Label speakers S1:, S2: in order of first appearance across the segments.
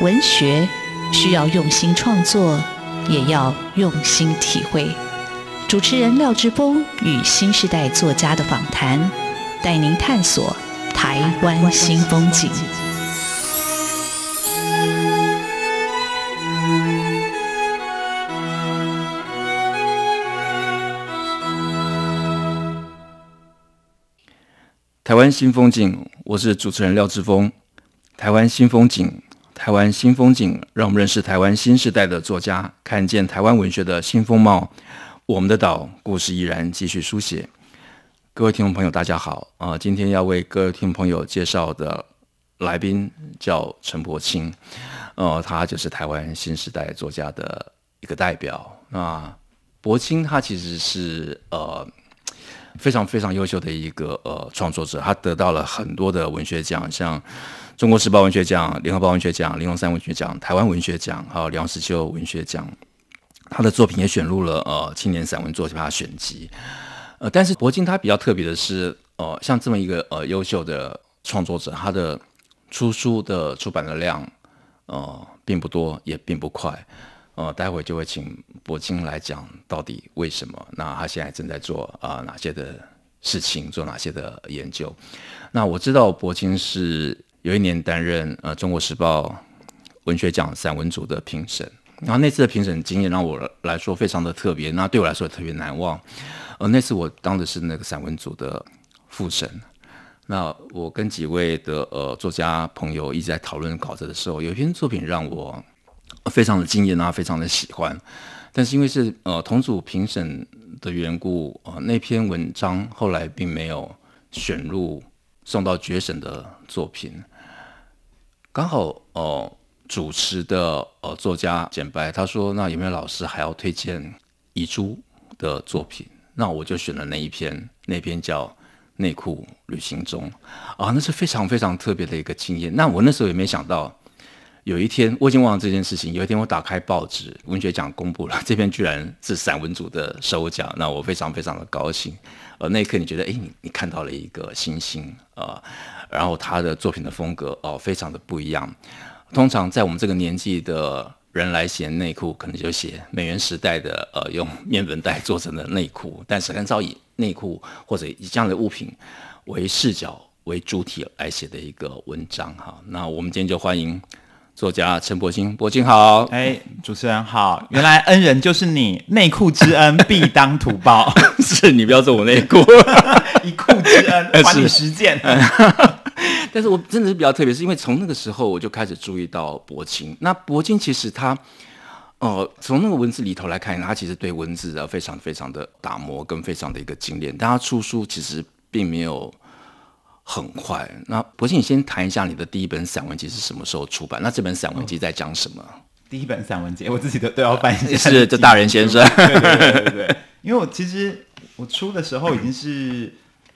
S1: 文学需要用心创作，也要用心体会。主持人廖志峰与新时代作家的访谈，带您探索台湾新风景。
S2: 台湾新风景，我是主持人廖志峰。台湾新风景，台湾新风景，让我们认识台湾新时代的作家，看见台湾文学的新风貌。我们的岛，故事依然继续书写。各位听众朋友，大家好。今天要为各位听众朋友介绍的来宾叫陈柏青，他就是台湾新时代作家的一个代表。那柏青他其实是非常非常优秀的一个创作者，他得到了很多的文学奖，像中国时报文学奖、联合报文学奖、林荣三文学奖、台湾文学奖，还有梁实秋文学奖。他的作品也选入了青年散文作家选集。但是柏青他比较特别的是，像这么一个优秀的创作者，他的出书的出版的量并不多，也并不快。待会就会请柏青来讲到底为什么，那他现在正在做哪些的事情，做哪些的研究。那我知道柏青是有一年担任中国时报文学奖散文组的评审，然后那次的评审经验让我来说非常的特别，那对我来说也特别难忘。那次我当的是那个散文组的副审，那我跟几位的作家朋友一直在讨论稿子的时候，有一篇作品让我非常的惊艳非常的喜欢，但是因为是同组评审的缘故，那篇文章后来并没有选入送到决审的作品。刚好主持的作家简白他说，那有没有老师还要推荐遗珠的作品？那我就选了那一篇，那篇叫《内裤旅行中》那是非常非常特别的一个经验。那我那时候也没想到，有一天我已经忘了这件事情，有一天我打开报纸，文学奖公布了，这篇居然是散文组的首奖，那我非常非常的高兴。那一刻你觉得你看到了一个新星然后他的作品的风格非常的不一样。通常在我们这个年纪的人来写内裤，可能就写美援时代的用面粉袋做成的内裤，但是很少以内裤或者以这样的物品为视角为主体来写的一个文章哈。那我们今天就欢迎作家陈柏青。柏青好。
S3: 主持人好。原来恩人就是你，内裤之恩必当图报。
S2: 是你不要做我内裤。
S3: 一裤之恩还你10件。
S2: 但是我真的是比较特别，是因为从那个时候我就开始注意到柏青。那柏青其实他从那个文字里头来看，他其实对文字非常非常的打磨跟非常的一个精炼，但他出书其实并没有很快。那柏青，你先谈一下你的第一本散文集是什么时候出版？那这本散文集在讲什么？
S3: 第一本散文集我自己都要翻一下。
S2: 是，就大人先生。
S3: 对，因为我出的时候已经是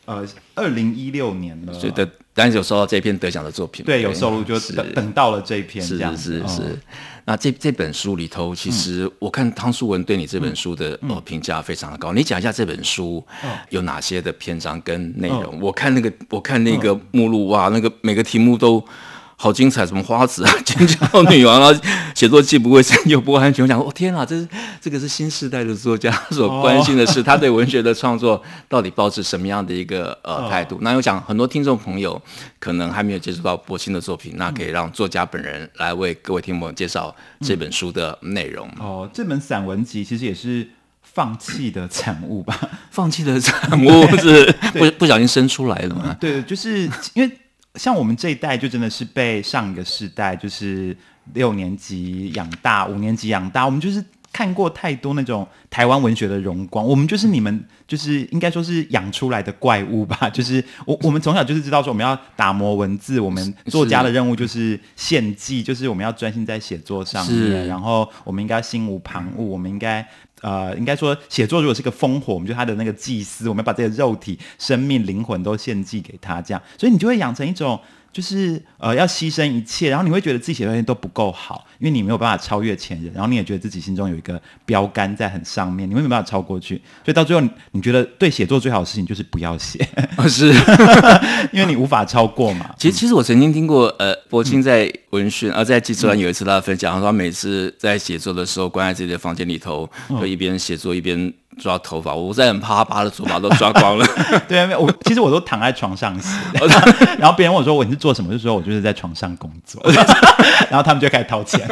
S3: 2016年了，
S2: 所以但是有收到这篇得奖的作品，
S3: 对，有收录，就等到了这篇，这样
S2: 是。那这本书里头，其实我看汤书文对你这本书的评价非常的高。你讲一下这本书有哪些的篇章跟内容？我看那个目录，哇，那个每个题目都好精彩，什么花子尖叫女王，然后写作既不卫生又不安全。我想，天哪，这个是新时代的作家所关心的事，他对文学的创作到底抱持什么样的一个态度？那我想很多听众朋友可能还没有接触到柏青的作品，那可以让作家本人来为各位听众朋友介绍这本书的内容。
S3: 这本散文集其实也是放弃的产物吧？
S2: 放弃的产物是不小心生出来的吗？
S3: 对，就是因为像我们这一代就真的是被上一个世代就是6年级养大，5年级养大，我们就是看过太多那种台湾文学的荣光，我们就是你们就是应该说是养出来的怪物吧，就是我们从小就是知道说我们要打磨文字，我们作家的任务就是献祭，就是我们要专心在写作上面，然后我们应该心无旁骛，我们应该说写作如果是个烽火，我们就他的那个祭司，我们要把这个肉体、生命、灵魂都献祭给他，这样，所以你就会养成一种就是要牺牲一切，然后你会觉得自己写的东西都不够好，因为你没有办法超越前人，然后你也觉得自己心中有一个标杆在很上面，你会没有办法超过去，所以到最后你觉得对写作最好的事情就是不要写，
S2: 是
S3: 因为你无法超过嘛。
S2: 其实我曾经听过柏青在文讯在记者栏有一次他分享，他说他每次在写作的时候关在自己的房间里头，就一边写作一边抓头发，我在很怕他把他的头发都抓光了。
S3: 对，其实我都躺在床上写，然后别人问我说你是做什么，就说我就是在床上工作，然后他们就开始掏钱。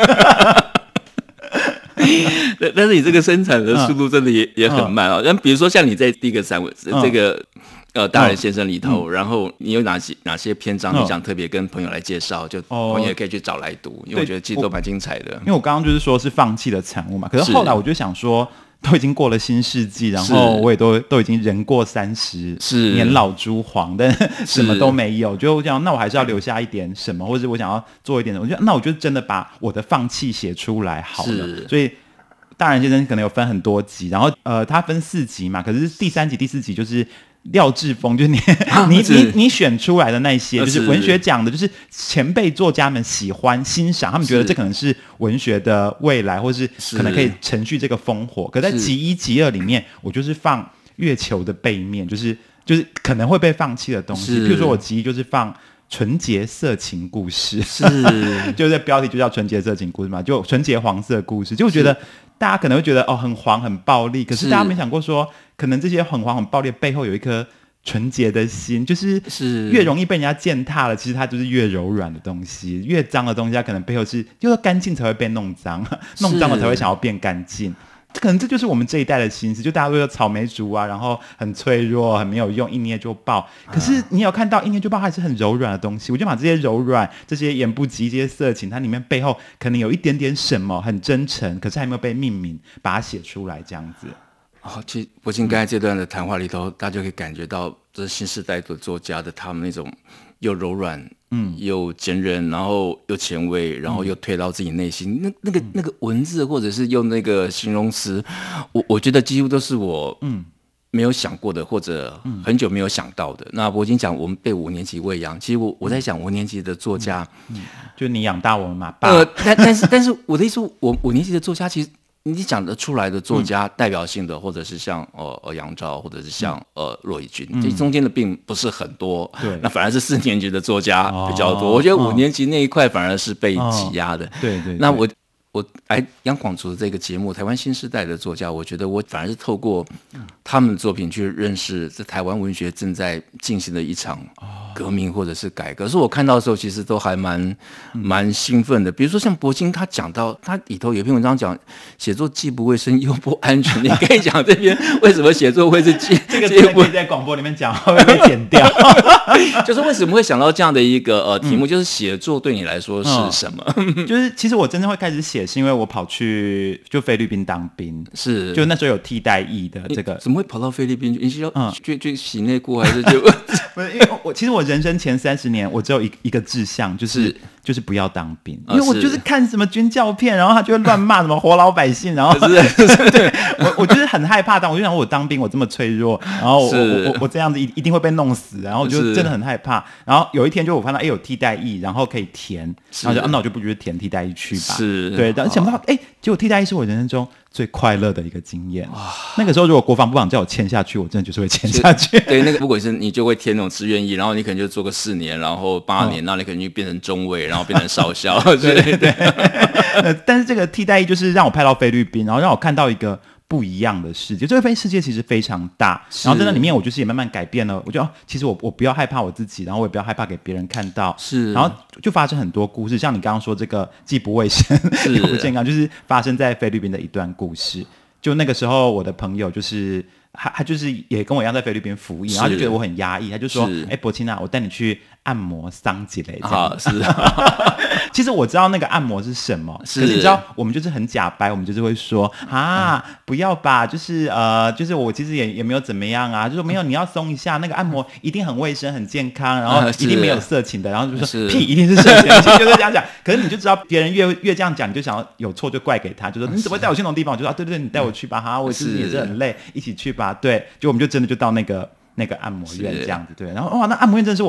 S2: 但是你这个生产的速度真的也很慢啊。比如说像你在第一个散文这个大人先生里头，然后你有哪些篇章你想特别跟朋友来介绍，就朋友也可以去找来读，因为我觉得其实都蛮精彩的。
S3: 因为我刚刚就是说是放弃的产物嘛，可是后来我就想说，都已经过了新世纪，然后我也都已经人过30，是年老珠黄，但什么都没有，就我想那我还是要留下一点什么，或者我想要做一点，我觉得那我就真的把我的放弃写出来好了。所以大人先生可能有分很多集，然后他分4集嘛，可是第3集第4集就是廖志峰，就是你选出来的那些，就是文学奖的，就是前辈作家们喜欢欣赏，他们觉得这可能是文学的未来，或是可能可以承续这个烽火。可在集1集2里面，我就是放月球的背面，就是可能会被放弃的东西。譬如说我集1就是放纯洁色情故事，是就是标题就叫纯洁色情故事嘛，就纯洁黄色故事。就我觉得大家可能会觉得很黄很暴力，可是大家没想过说，可能这些很黄很暴力的背后有一颗纯洁的心，就是越容易被人家践踏了，其实它就是越柔软的东西，越脏的东西它可能背后就是干净才会被弄脏，弄脏了才会想要变干净。可能这就是我们这一代的心思，就大家都有草莓族啊，然后很脆弱很没有用，一捏就爆。可是你有看到一捏就爆还是很柔软的东西，我就把这些柔软这些言不及这些色情，它里面背后可能有一点点什么很真诚，可是还没有被命名，把它写出来这样子。
S2: 其实柏青刚才这段的谈话里头，大家就可以感觉到这是新时代的作家的他们那种又柔软又坚韧，然后又前卫，然后又推到自己内心，那个文字或者是用那个形容词，我觉得几乎都是我没有想过的，或者很久没有想到的。那我已经讲我们被5年级喂养，其实我在想5年级的作家，
S3: 就你养大我们嘛，爸。
S2: 但是我的意思，我5年级的作家其实。你讲得出来的作家代表性的，或者是像杨照，或者是像骆以军，这中间的并不是很多，那反而是4年级的作家比较多。我觉得5年级那一块反而是被挤压的。对，那我来央广主的这个节目，台湾新时代的作家，我觉得我反而是透过他们的作品去认识这台湾文学正在进行的一场革命或者是改革。所以我看到的时候，其实都还蛮兴奋的。比如说像柏青，他讲到他里头有一篇文章讲写作既不卫生又不安全，你可以讲这边为什么写作会是这
S3: 个可以在广播里面讲，会不会被剪掉？
S2: 就是为什么会想到这样的一个题目，就是写作对你来说是什么？
S3: 就是其实我真正会开始写，是因为我跑去就菲律宾当兵，是就那时候有替代役的这个。
S2: 怎么会跑到菲律宾？你是要去洗内裤还是就？
S3: 不是，因为其实我人生前30年，我只有一个志向，就是不要当兵，因为我就是看什么军教片，然后他就会乱骂什么活老百姓，然后对我就是很害怕我就想我当兵我这么脆弱，然后我这样子一定会被弄死，然后我就真的很害怕。然后有一天就我看到有替代役，然后可以填，然后那我就不如填替代役去吧。对，但想不到结果替代役是我人生中最快乐的一个经验。那个时候如果国防部长叫我签下去，我真的就是会签下去。
S2: 对，那个如果是你就会填那种志愿役，然后你可能就做个4年，然后8年，然后你可能就变成中尉，然后变成少校。
S3: 对。但是这个替代役就是让我派到菲律宾，然后让我看到一个不一样的世界。这个世界其实非常大，然后在那里面我就是也慢慢改变了。我觉得其实我不要害怕我自己，然后我也不要害怕给别人看到。是，然后就发生很多故事，像你刚刚说这个既不卫生又不健康，就是发生在菲律宾的一段故事。就那个时候我的朋友就是他就是也跟我一样在菲律宾服役，然后就觉得我很压抑，他就说柏青啊，我带你去按摩桑吉雷这样。是其实我知道那个按摩是什么，可是你知道我们就是很假掰，我们就是会说不要吧，就是我其实也没有怎么样啊，就是没有，你要松一下，那个按摩一定很卫生很健康，然后一定没有色情的，然后就说屁一定是色情的，其实就是这样讲。可是你就知道别人越这样讲，你就想要有错就怪给他，就说你怎么会带我去那种地方？我就说对对对，你带我去吧，我自己也是很累，一起去吧。对，就我们就真的就到那个按摩院这样子。对，然后那按摩院真的是我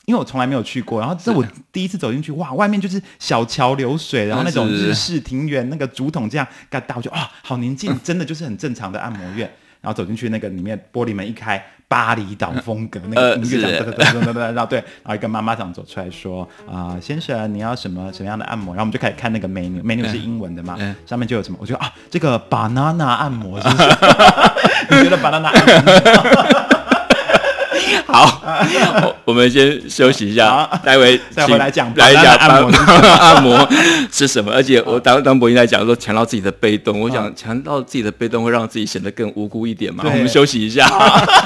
S3: 因为我从来没有去过，然后这我第一次走进去，哇，外面就是小桥流水，然后那种日式庭园，那个竹筒这样嘎达，我就好宁静，真的就是很正常的按摩院。然后走进去那个里面，玻璃门一开，巴厘岛风格那个音乐响，然后对，然后一个妈妈长走出来说先生你要什么样的按摩？然后我们就开始看那个 menu 是英文的嘛，上面就有什么，我觉得这个 banana 按摩是不是？你觉得 banana 按摩是什么？
S2: 好，我们先休息一下，待会
S3: 再回来讲
S2: 按摩是什么。而且我当博音在讲说强调自己的被动，我想强调自己的被动会让自己显得更无辜一点嘛。我们休息一下。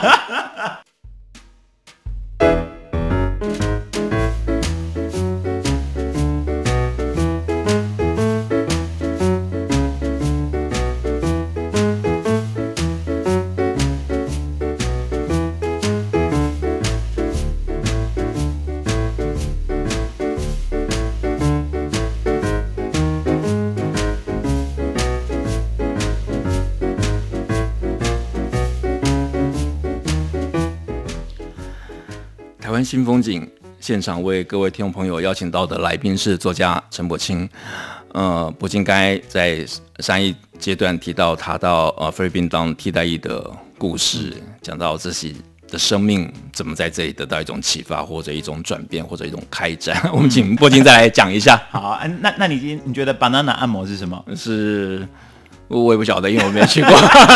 S2: 台湾新风景现场为各位听众朋友邀请到的来宾是作家陈柏青。柏青刚才在上一阶段提到他到菲律宾当替代役的故事，讲到自己的生命怎么在这里得到一种启发，或者一种转变，或者一种开展。我们请柏青再来讲一下。
S3: 好，那你觉得 banana 按摩是什么？
S2: 是我也不晓得，因为我没有去过。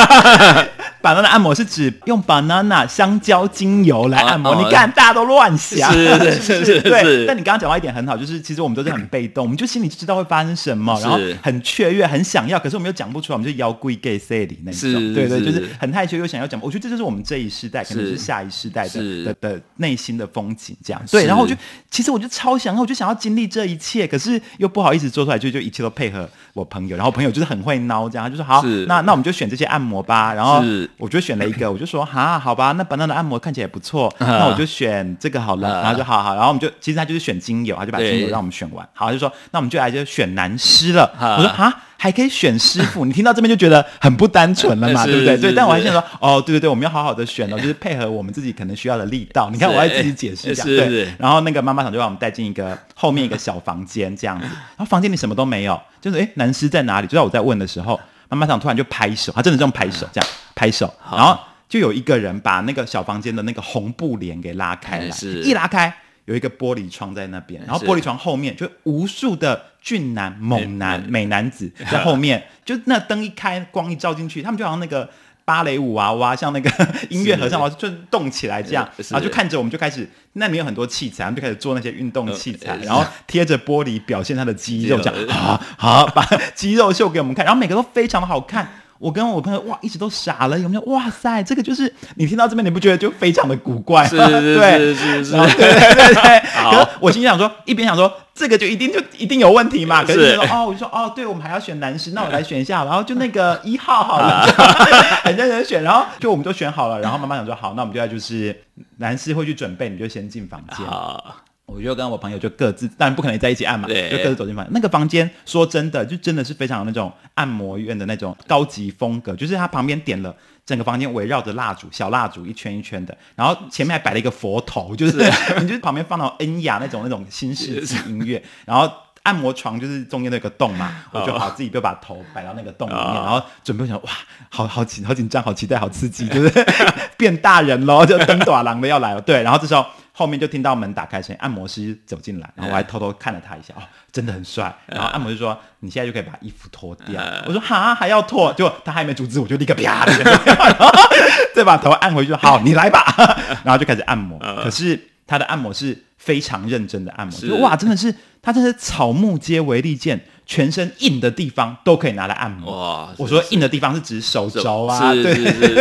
S3: banana 按摩是指用 banana 香蕉精油来按摩，你看大家都乱想，
S2: 是。
S3: 对，但你刚刚讲到一点很好，就是其实我们都是很被动，我们就心里就知道会发生什么，然后很雀跃，很想要，可是我们又讲不出来，我们就摇贵 gay say 里那种，对，就是很害羞又想要讲。我觉得这就是我们这一世代，可能是下一世代的内心的风景，这样。对，然后其实我就超想要，我就想要经历这一切，可是又不好意思做出来，就一切都配合我朋友，然后朋友就是很会孬，这样他就说好，那我们就选这些按摩吧，然后我就选了一个，我就说好吧，那banana的按摩看起来不错，那我就选这个好了，然后就好，然后我们就其实他就是选精油，他就把精油让我们选完，好，他就说那我们就来就选男师了，我说还可以选师傅，你听到这边就觉得很不单纯了嘛，对不对？对，但我还想说对，我们要好好的选就是配合我们自己可能需要的力道。你看我还自己解释这样，对。然后那个妈妈长就把我们带进后面一个小房间这样子，然后房间里什么都没有，就是男师在哪里？就在我在问的时候，妈妈长突然就拍手，她真的这样拍手，这样拍手，然后就有一个人把那个小房间的那个红布帘给拉开来，一拉开。有一个玻璃窗在那边，然后玻璃窗后面就无数的俊男、猛男、美男子在后面，就那灯一开，光一照进去，他们就好像那个芭蕾舞娃娃，像那个音乐合唱娃娃就动起来这样，然后就看着我们就开始，那里面有很多器材，他们就开始做那些运动器材，然后贴着玻璃表现他的肌肉，这样好把肌肉秀给我们看，然后每个都非常的好看。我跟我朋友一直都傻了，有没有？哇塞，这个就是你听到这边，你不觉得就非常的古怪吗？是，对。可是我心里想说，一边想说这个就一定有问题嘛。可是我就说对，我们还要选男师，那我来选一下，然后就那个1号好了，很认真选，然后就我们就选好了，然后妈妈想说好，那我们就要就是男师会去准备，你就先进房间。我就跟我朋友就各自，当然不可能在一起按嘛，就各自走进房间。那个房间说真的，就真的是非常那种按摩院的那种高级风格，就是它旁边点了整个房间围绕着蜡烛，小蜡烛一圈一圈的，然后前面还摆了一个佛头，就是你就是旁边放到恩雅那种新世纪音乐，然后按摩床就是中间那个洞嘛，我就自己就把头摆到那个洞里面，然后准备想哇，好紧张，好期待，好刺激，就是变大人咯，就登大郎的要来了，对，然后这时候。后面就听到门打开声音，按摩师走进来，然后我还偷偷看了他一下，真的很帅。然后按摩师说：“你现在就可以把衣服脱掉。”我说：“还要脱？”结果他还没阻止我，就立刻啪的，然后再把头按回去，好，你来吧。然后就开始按摩。可是他的按摩是非常认真的按摩，就哇，真的是他真的是草木皆为利剑。全身硬的地方都可以拿来按摩。哇！我说硬的地方是指手肘啊，对，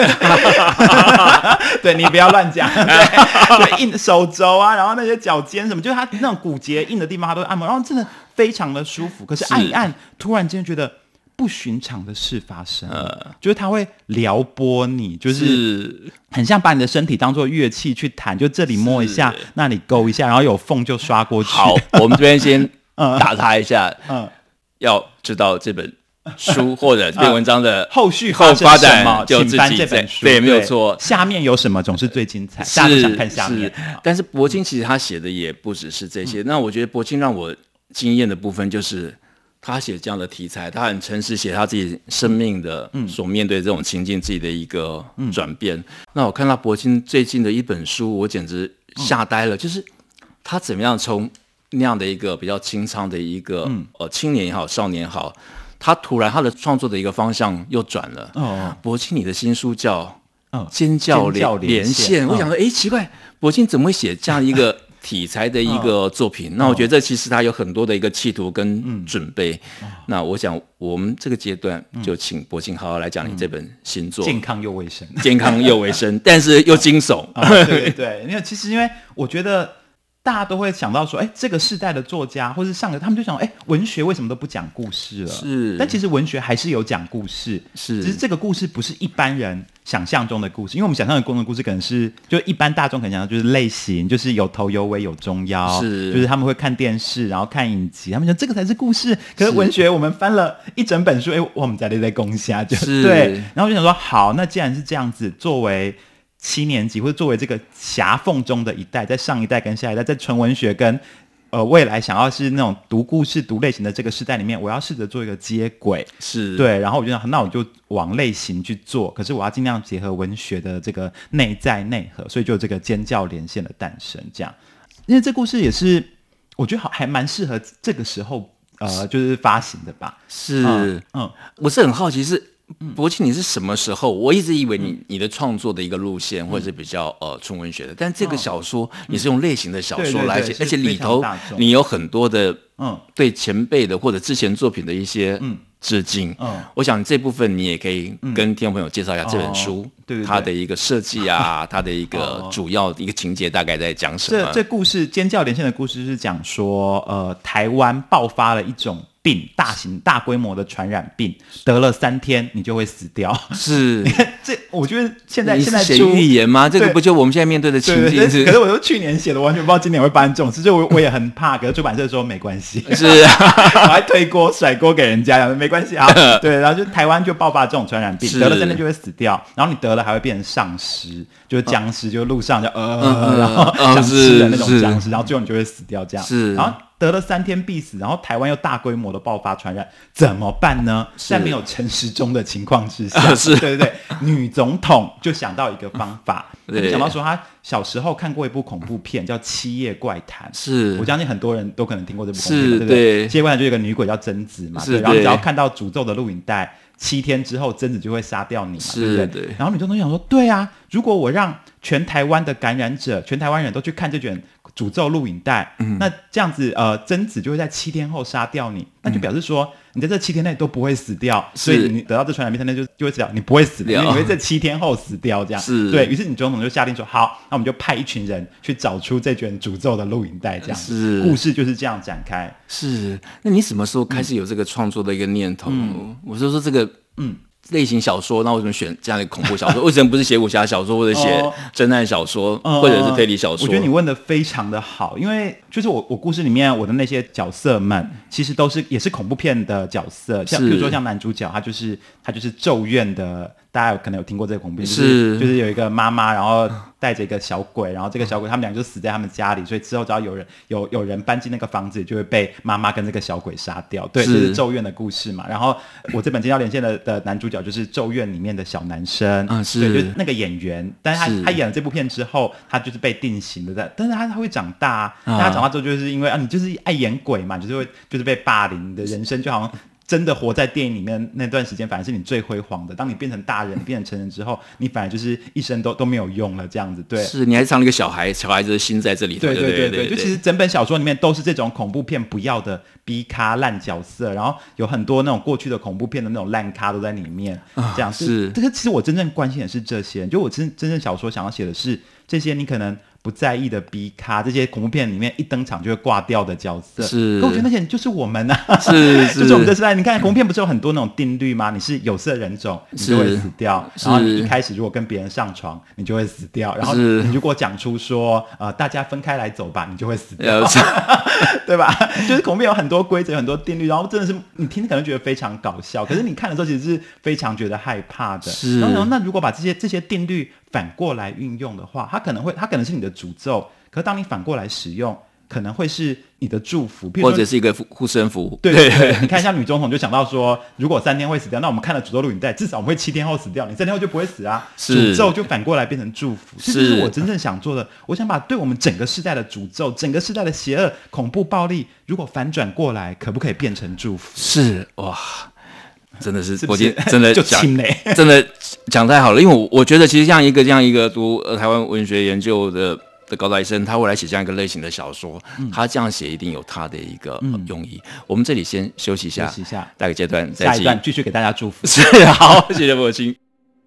S3: 对你不要乱讲，对，硬手肘啊，然后那些脚尖什么，就是他那种骨节硬的地方，他都会按摩，然后真的非常的舒服。可是按一按，突然间觉得不寻常的事发生，就是他会撩拨你，就是很像把你的身体当作乐器去弹，就这里摸一下，那里勾一下，然后有缝就刷过去。
S2: 好，我们这边先打岔一下，要知道这本书或者这篇文章的
S3: 后续
S2: 后发
S3: 什么，
S2: 展就自
S3: 请翻
S2: 己
S3: 这本书，
S2: 对，没有错。
S3: 下面有什么总是最精彩，大家都想看下面。
S2: 但是柏青其实他写的也不只是这些。那我觉得柏青让我惊艳的部分就是他写这样的题材，他很诚实写他自己生命的所面对这种情境自己的一个转变。那我看到柏青最近的一本书，我简直吓呆了，就是他怎么样从那样的一个比较清仓的一个青年也好，少年也好，他突然他的创作的一个方向又转了。柏青你的新书叫尖叫连线，我想说，奇怪，柏青怎么会写这样一个题材的一个作品？那我觉得这其实他有很多的一个企图跟准备。那我想我们这个阶段就请柏青好好来讲你这本新作，
S3: 健康又卫生，
S2: 健康又卫生，但是又惊悚。
S3: 对对，因为其实因为我觉得大家都会想到说，这个世代的作家或是上个他们就想，文学为什么都不讲故事了？
S2: 是，
S3: 但其实文学还是有讲故事，只是这个故事不是一般人想象中的故事，因为我们想象的故事可能是就一般大众可能想象就是类型，就是有头有尾有中腰，就是他们会看电视然后看影集，他们觉得这个才是故事。可是文学我们翻了一整本书，我们在攻下就对，然后就想说，好，那既然是这样子，作为7年级或者作为这个狭缝中的一代，在上一代跟下一代，在纯文学跟未来想要是那种读故事读类型的这个世代里面，我要试着做一个接轨，
S2: 是
S3: 对，然后我就想，那我就往类型去做，可是我要尽量结合文学的这个内在内核，所以就有这个尖叫连线的诞生。这样，因为这故事也是我觉得还蛮适合这个时候就是发行的吧。
S2: 是，我是很好奇是。柏青，你是什么时候？我一直以为你的创作的一个路线，或者是比较纯文学的，但这个小说你是用类型的小说来写，而且里头你有很多的对前辈的或者之前作品的一些致敬。我想这部分你也可以跟听众朋友介绍一下这本书，它的一个设计啊，它的一个主要的一个情节大概在讲什么？
S3: 这故事尖叫连线的故事是讲说，台湾爆发了一种病，大规模的传染病，得了3天你就会死掉。
S2: 是，
S3: 这我觉得现在
S2: 写预言吗？这个不就我们现在面对的情境？
S3: 可是我都去年写的，完全不知道今年会发生这种事，就我也很怕。可是出版社说没关系，
S2: 是
S3: 我还推锅甩锅给人家，没关系啊。对，然后就台湾就爆发这种传染病，得了3天就会死掉，然后你得了还会变成丧尸，就是僵尸，就路上就然后想吃的那种僵尸，然后最后你就会死掉这样。
S2: 是，
S3: 然后得了3天必死，然后台湾又大规模的爆发传染，怎么办呢？在没有陈时中的情况之下，对对对，女总统就想到一个方法，就想到说她小时候看过一部恐怖片叫《七夜怪谈》，
S2: 是我
S3: 相信很多人都可能听过这部恐怖片，对不对？七夜怪谈就有一个女鬼叫贞子嘛，对，然后你只要看到诅咒的录影带，7天之后贞子就会杀掉你嘛，对不对？
S2: 对。
S3: 然后女总统想说，对啊，如果我让全台湾的感染者，全台湾人都去看这卷诅咒录影带，那这样子贞子就会在7天后杀掉你，那就表示说你在这7天内都不会死掉，所以你得到这传染病就会死掉，你不会死掉，因为你会在7天后死掉，这样对于是你总统就下定说好，那我们就派一群人去找出这卷诅咒的录影带，这样是故事就是这样展开。
S2: 是，那你什么时候开始有这个创作的一个念头？我就说这个类型小说，那为什么选这样的恐怖小说？为什么不是写武侠小说，或者写侦探小说，或者是推理小说？
S3: 我觉得你问的非常的好，因为就是我故事里面我的那些角色们，其实也是恐怖片的角色，像比如说像男主角，他就是咒怨的。大家可能有听过这个恐怖片，就是有一个妈妈，然后带着一个小鬼，然后这个小鬼他们俩就死在他们家里，所以之后只要有人搬进那个房子，就会被妈妈跟这个小鬼杀掉。对，这是咒怨的故事嘛。然后我这本尖叫连线的男主角就是咒怨里面的小男生，对，就是那个演员，但是他演了这部片之后，他就是被定型的，但是他会长大，但他长大之后就是因为你就是爱演鬼嘛，就是被霸凌，你的人生就好像。真的活在电影里面那段时间，反而是你最辉煌的。当你变成大人，变成成人之后，你反而就是一生都没有用了，这样子。对，
S2: 是你还是藏了一个小孩子的心在这里头。
S3: 对，就其实整本小说里面都是这种恐怖片不要的 B 咖烂角色，然后有很多那种过去的恐怖片的那种烂咖都在里面。这样是这个，其实我真正关心的是这些。就我真正小说想要写的是这些，你可能不在意的 B 咖，这些恐怖片里面一登场就会挂掉的角色，
S2: 是。
S3: 可我觉得那些人就是我们啊，
S2: 是
S3: 就是我们这时代。你看恐怖片不是有很多那种定律吗？你是有色人种，你就会死掉。然后你一开始如果跟别人上床，你就会死掉。然后你如果讲出说大家分开来走吧，你就会死掉。 对吧？就是恐怖片有很多规则，有很多定律，然后真的是你听可能觉得非常搞笑，可是你看的时候其实是非常觉得害怕的。
S2: 是，
S3: 然后那如果把这些定律反过来运用的话，它可能是你的诅咒，可是当你反过来使用，可能会是你的祝福，
S2: 或者是一个护身符。
S3: 对对对，你看像女总统就想到说，如果3天会死掉，那我们看了诅咒录影带，至少我们会7天后死掉，你3天后就不会死啊。诅咒就反过来变成祝福，这就是我真正想做的。我想把对我们整个世代的诅咒、整个世代的邪恶、恐怖、暴力，如果反转过来，可不可以变成祝福？
S2: 是哇。真的是，
S3: 是不是
S2: 我今天真的
S3: 就亲嘞，
S2: 真的讲太好了，因为我觉得其实这样一个读台湾文学研究的高材生，他会来写这样一个类型的小说，他这样写一定有他的一个用意。我们这里先休息一下，下个阶段再
S3: 下一段继续给大家祝福。
S2: 是好，谢谢柏青。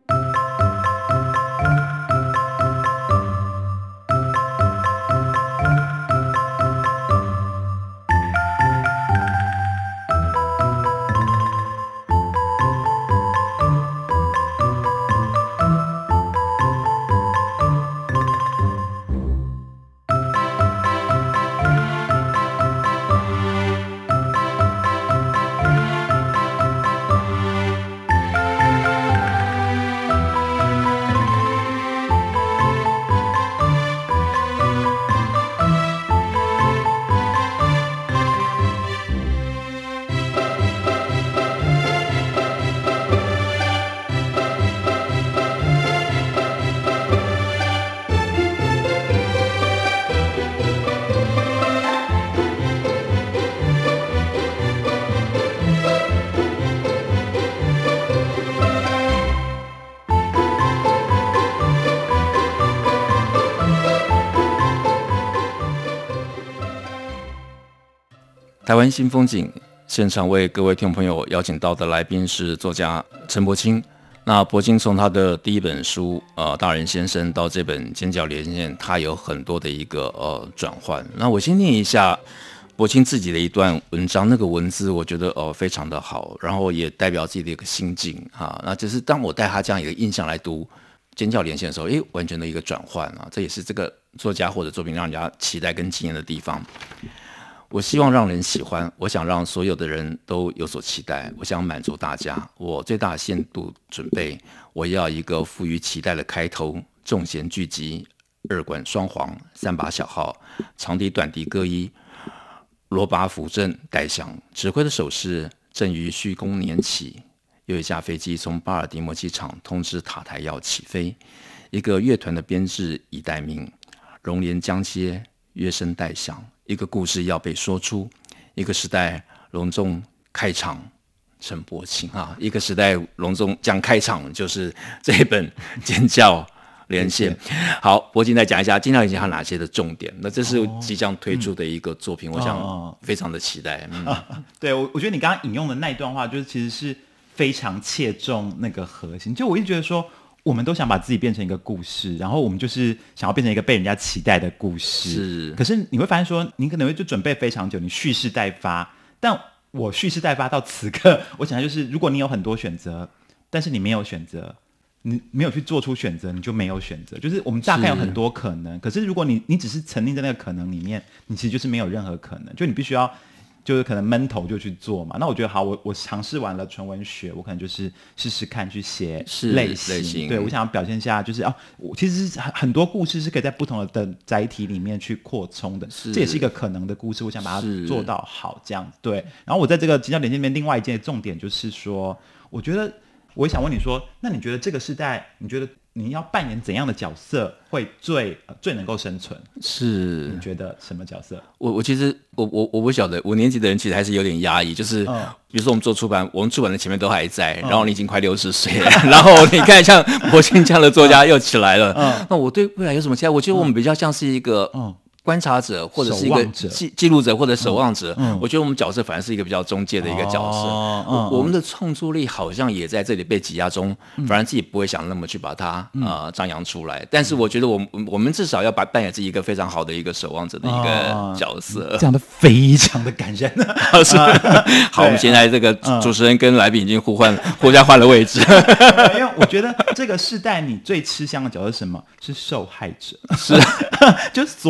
S2: 台湾新风景现场为各位听众朋友邀请到的来宾是作家陈柏青。那柏青从他的第一本书大人先生到这本尖角连线，他有很多的一个转换。那我先念一下柏青自己的一段文章，那个文字我觉得非常的好，然后也代表自己的一个心境哈。那就是当我带他这样一个印象来读尖角连线的时候，完全的一个转换啊，这也是这个作家或者作品让人家期待跟惊艳的地方。我希望让人喜欢，我想让所有的人都有所期待，我想满足大家。我最大限度准备，我要一个富于期待的开头，众弦聚集，2管双簧，3把小号，长笛短笛各一，锣把辅正带响，指挥的手势正于虚空拈起。有一架飞机从巴尔的摩机场通知塔台要起飞，一个乐团的编制已待命，熔联将接，乐声带响。一个故事要被说出，一个时代隆重开场，陈柏青啊，一个时代隆重将开场，就是这一本尖叫连线。好，柏青再讲一下尖叫连线还有哪些的重点？那这是即将推出的一个作品，我想非常的期待。
S3: 对，我觉得你刚刚引用的那一段话，就是其实是非常切中那个核心。就我一直觉得说，我们都想把自己变成一个故事，然后我们就是想要变成一个被人家期待的故事。
S2: 是，
S3: 可是你会发现说，你可能会就准备非常久，你蓄势待发。但我蓄势待发到此刻，我想的就是，如果你有很多选择，但是你没有选择，你没有去做出选择，你就没有选择。就是我们大概有很多可能，可是如果你只是沉溺在那个可能里面，你其实就是没有任何可能。就你必须要。就是可能闷头就去做嘛，那我觉得好，我尝试完了纯文学，我可能就是试试看去写类型，对，我想要表现一下，就是我其实很多故事是可以在不同的载体里面去扩充的，这也是一个可能的故事，我想把它做到好这样，对。然后我在这个尖叫连线里面，另外一件重点就是说，我觉得我也想问你说，那你觉得这个时代，你觉得你要扮演怎样的角色会最能够生存？
S2: 是
S3: 你觉得什么角色？
S2: 我其实我不晓得，5年级的人其实还是有点压抑，就是比如说我们做出版，我们出版的前面都还在，然后你已经快60岁了，然后你看像柏青这样的作家又起来了，那我对未来有什么期待？我觉得我们比较像是一个观察者，或者是一个记录者或者守望者，我觉得我们角色反而是一个比较中介的一个角色。我们的创作力好像也在这里被挤压中，反而自己不会想那么去把它张扬出来。但是我觉得我们至少要扮演自己一个非常好的一个守望者的一个角色，
S3: 讲的非常的感人。
S2: 好，我们现在这个主持人跟来宾已经互相换了位置。
S3: 因为我觉得这个世代你最吃香的角色是什么？是受害者，是就所有人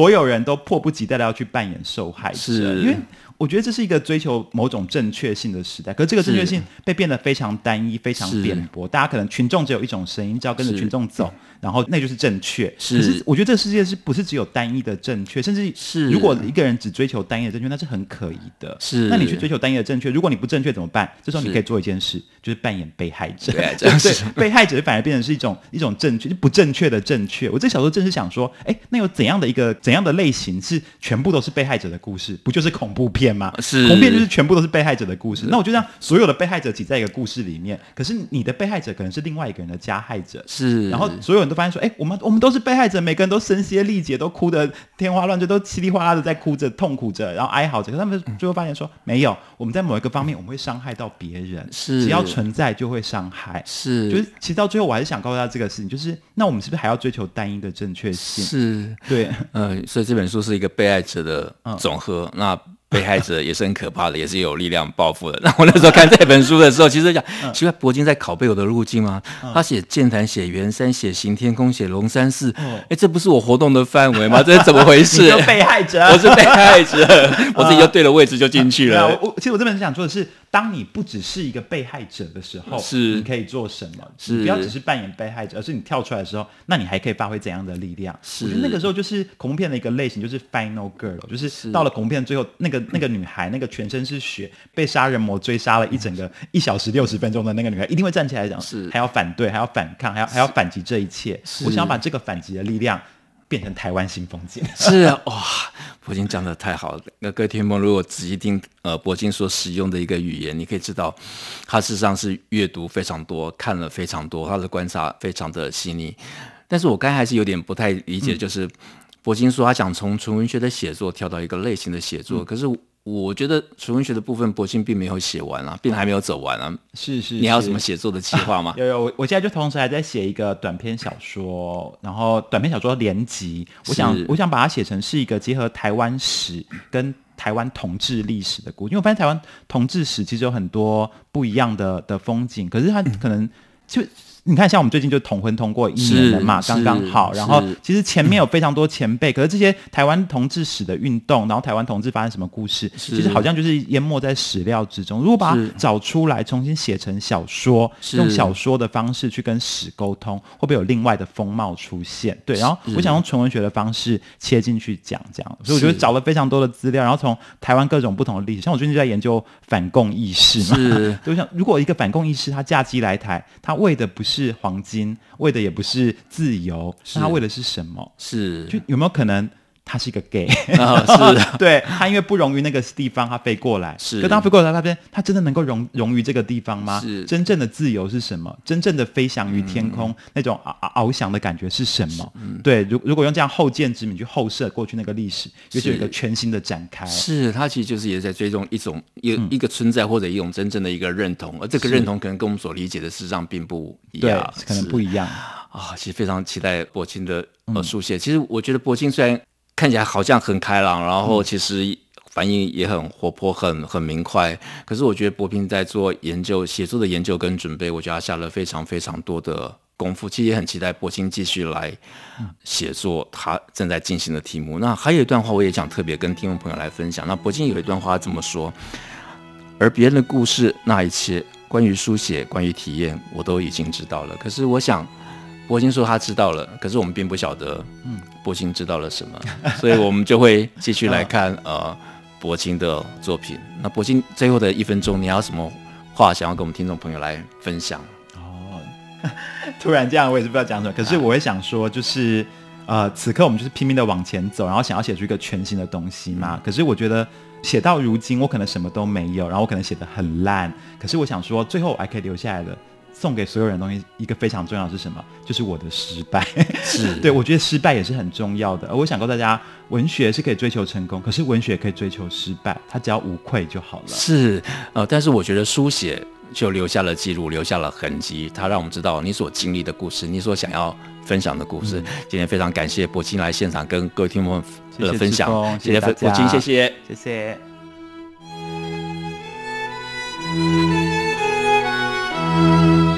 S3: 人都迫不及待的要去扮演受害者，
S2: 是
S3: 因为我觉得这是一个追求某种正确性的时代，可是这个正确性被变得非常单一、非常扁薄，大家可能群众只有一种声音，只要跟着群众走，然后那就是正确。可是我觉得这个世界不是只有单一的正确，甚至如果一个人只追求单一的正确，那是很可疑的。
S2: 是，
S3: 那你去追求单一的正确，如果你不正确怎么办？这时候你可以做一件事，就是扮演被害者。对，被害者反而变成是一种正确，不正确的正确。我这小时候正是想说，那有怎样的类型是全部都是被害者的故事？不就是恐怖片吗？
S2: 是，
S3: 恐怖片就是全部都是被害者的故事。那我就让所有的被害者挤在一个故事里面，可是你的被害者可能是另外一个人的加害者。
S2: 是，
S3: 然后所有人都发现说，我们都是被害者，每个人都声嘶力竭，都哭得天花乱坠，都稀里哗啦的在哭着、痛苦着，然后哀嚎着。可他们最后发现说，没有，我们在某一个方面我们会伤害到别人，只要存在就会伤害。
S2: 是，
S3: 就是其实到最后我还是想告诉大家这个事情，就是那我们是不是还要追求单一的正确性？
S2: 是，
S3: 对，
S2: 所以这本书是一个被害者的总和。那被害者也是很可怕的，也是有力量报复的。那我那时候看这本书的时候，其实讲，奇怪，柏金在拷贝我的路径吗？他写剑潭，写圆山，写行天宫，写龙山寺，这不是我活动的范围吗？这是怎么回事？
S3: 你就被害者，
S2: 我是被害者，我自己就对了位置就进去了。
S3: 其实我这本书想说的是，当你不只是一个被害者的时候，你可以做什么？你不要只是扮演被害者，而是你跳出来的时候，那你还可以发挥怎样的力量？我觉得那个时候就是恐怖片的一个类型，就是 Final Girl， 就是到了恐怖片最后，那个女孩，那个全身是血，被杀人魔追杀了1小时60分钟的那个女孩，一定会站起来讲，还要反对，还要反抗，还要反击这一切。我想要把这个反击的力量变成台湾新风景。
S2: 是啊，哇，柏金讲的太好了。那各位听众，如果仔细听柏金所使用的一个语言，你可以知道他事实上是阅读非常多，看了非常多，他的观察非常的细腻。但是我刚才还是有点不太理解，就是柏金说他想从纯文学的写作跳到一个类型的写作，可是我觉得纯文学的部分柏金并没有写完啊，并还没有走完啊。
S3: 是，
S2: 你还有什么写作的计划吗？
S3: 有，我现在就同时还在写一个短篇小说，然后短篇小说连集，我想把它写成是一个结合台湾史跟台湾同志历史的故事，因为我发现台湾同志史其实有很多不一样的风景，可是它可能就。你看，像我们最近就同婚通过1年了嘛，刚刚好。然后其实前面有非常多前辈，可是这些台湾同志史的运动，然后台湾同志发生什么故事，其实好像就是淹没在史料之中。如果把它找出来，重新写成小说，用小说的方式去跟史沟通，会不会有另外的风貌出现？对，然后我想用纯文学的方式切进去讲这样，所以我觉得找了非常多的资料，然后从台湾各种不同的历史，像我最近就在研究反共意识嘛，就像如果一个反共意识他嫁鸡来台，他为的不是黄金，为的也不是自由，那他为的是什么？就有没有可能他是一个 gay？ 是，对，他因为不容于那个地方，他飞过来。可当他飞过来那边，他真的能够容于这个地方吗？真正的自由是什么？真正的飞翔于天空，那种翱翔的感觉是什么？对，如果用这样后见之明去后设过去那个历史，就有一个全新的展开。
S2: 他其实就是也在追踪一个存在或者一种真正的一个认同，而这个认同可能跟我们所理解的事实上并不一样，
S3: 对，可能不一样
S2: 其实非常期待柏金的书写。其实我觉得柏金虽然看起来好像很开朗，然后其实反应也很活泼，很明快。可是我觉得柏金在做写作的研究跟准备，我觉得他下了非常非常多的功夫。其实也很期待柏金继续来写作他正在进行的题目。那还有一段话，我也想特别跟听众朋友来分享。那柏金有一段话这么说：而别人的故事，那一切关于书写，关于体验，我都已经知道了。可是我想，柏金说他知道了，可是我们并不晓得柏金知道了什么，所以我们就会继续来看柏金的作品。那柏金最后的1分钟，你还有什么话想要跟我们听众朋友来分享？
S3: 突然这样，我也是不知道讲什么。可是我会想说，就是此刻我们就是拼命的往前走，然后想要写出一个全新的东西嘛。可是我觉得写到如今，我可能什么都没有，然后我可能写得很烂。可是我想说，最后我还可以留下来的。送给所有人的东西，一个非常重要的是什么？就是我的失败。对，我觉得失败也是很重要的。而我想告诉大家，文学是可以追求成功，可是文学也可以追求失败，它只要无愧就好了。
S2: 但是我觉得书写就留下了记录，留下了痕迹，它让我们知道你所经历的故事，你所想要分享的故事。今天非常感谢柏金来现场跟各位听众的分享，
S3: 谢谢柏
S2: 金，谢谢。
S3: 谢谢。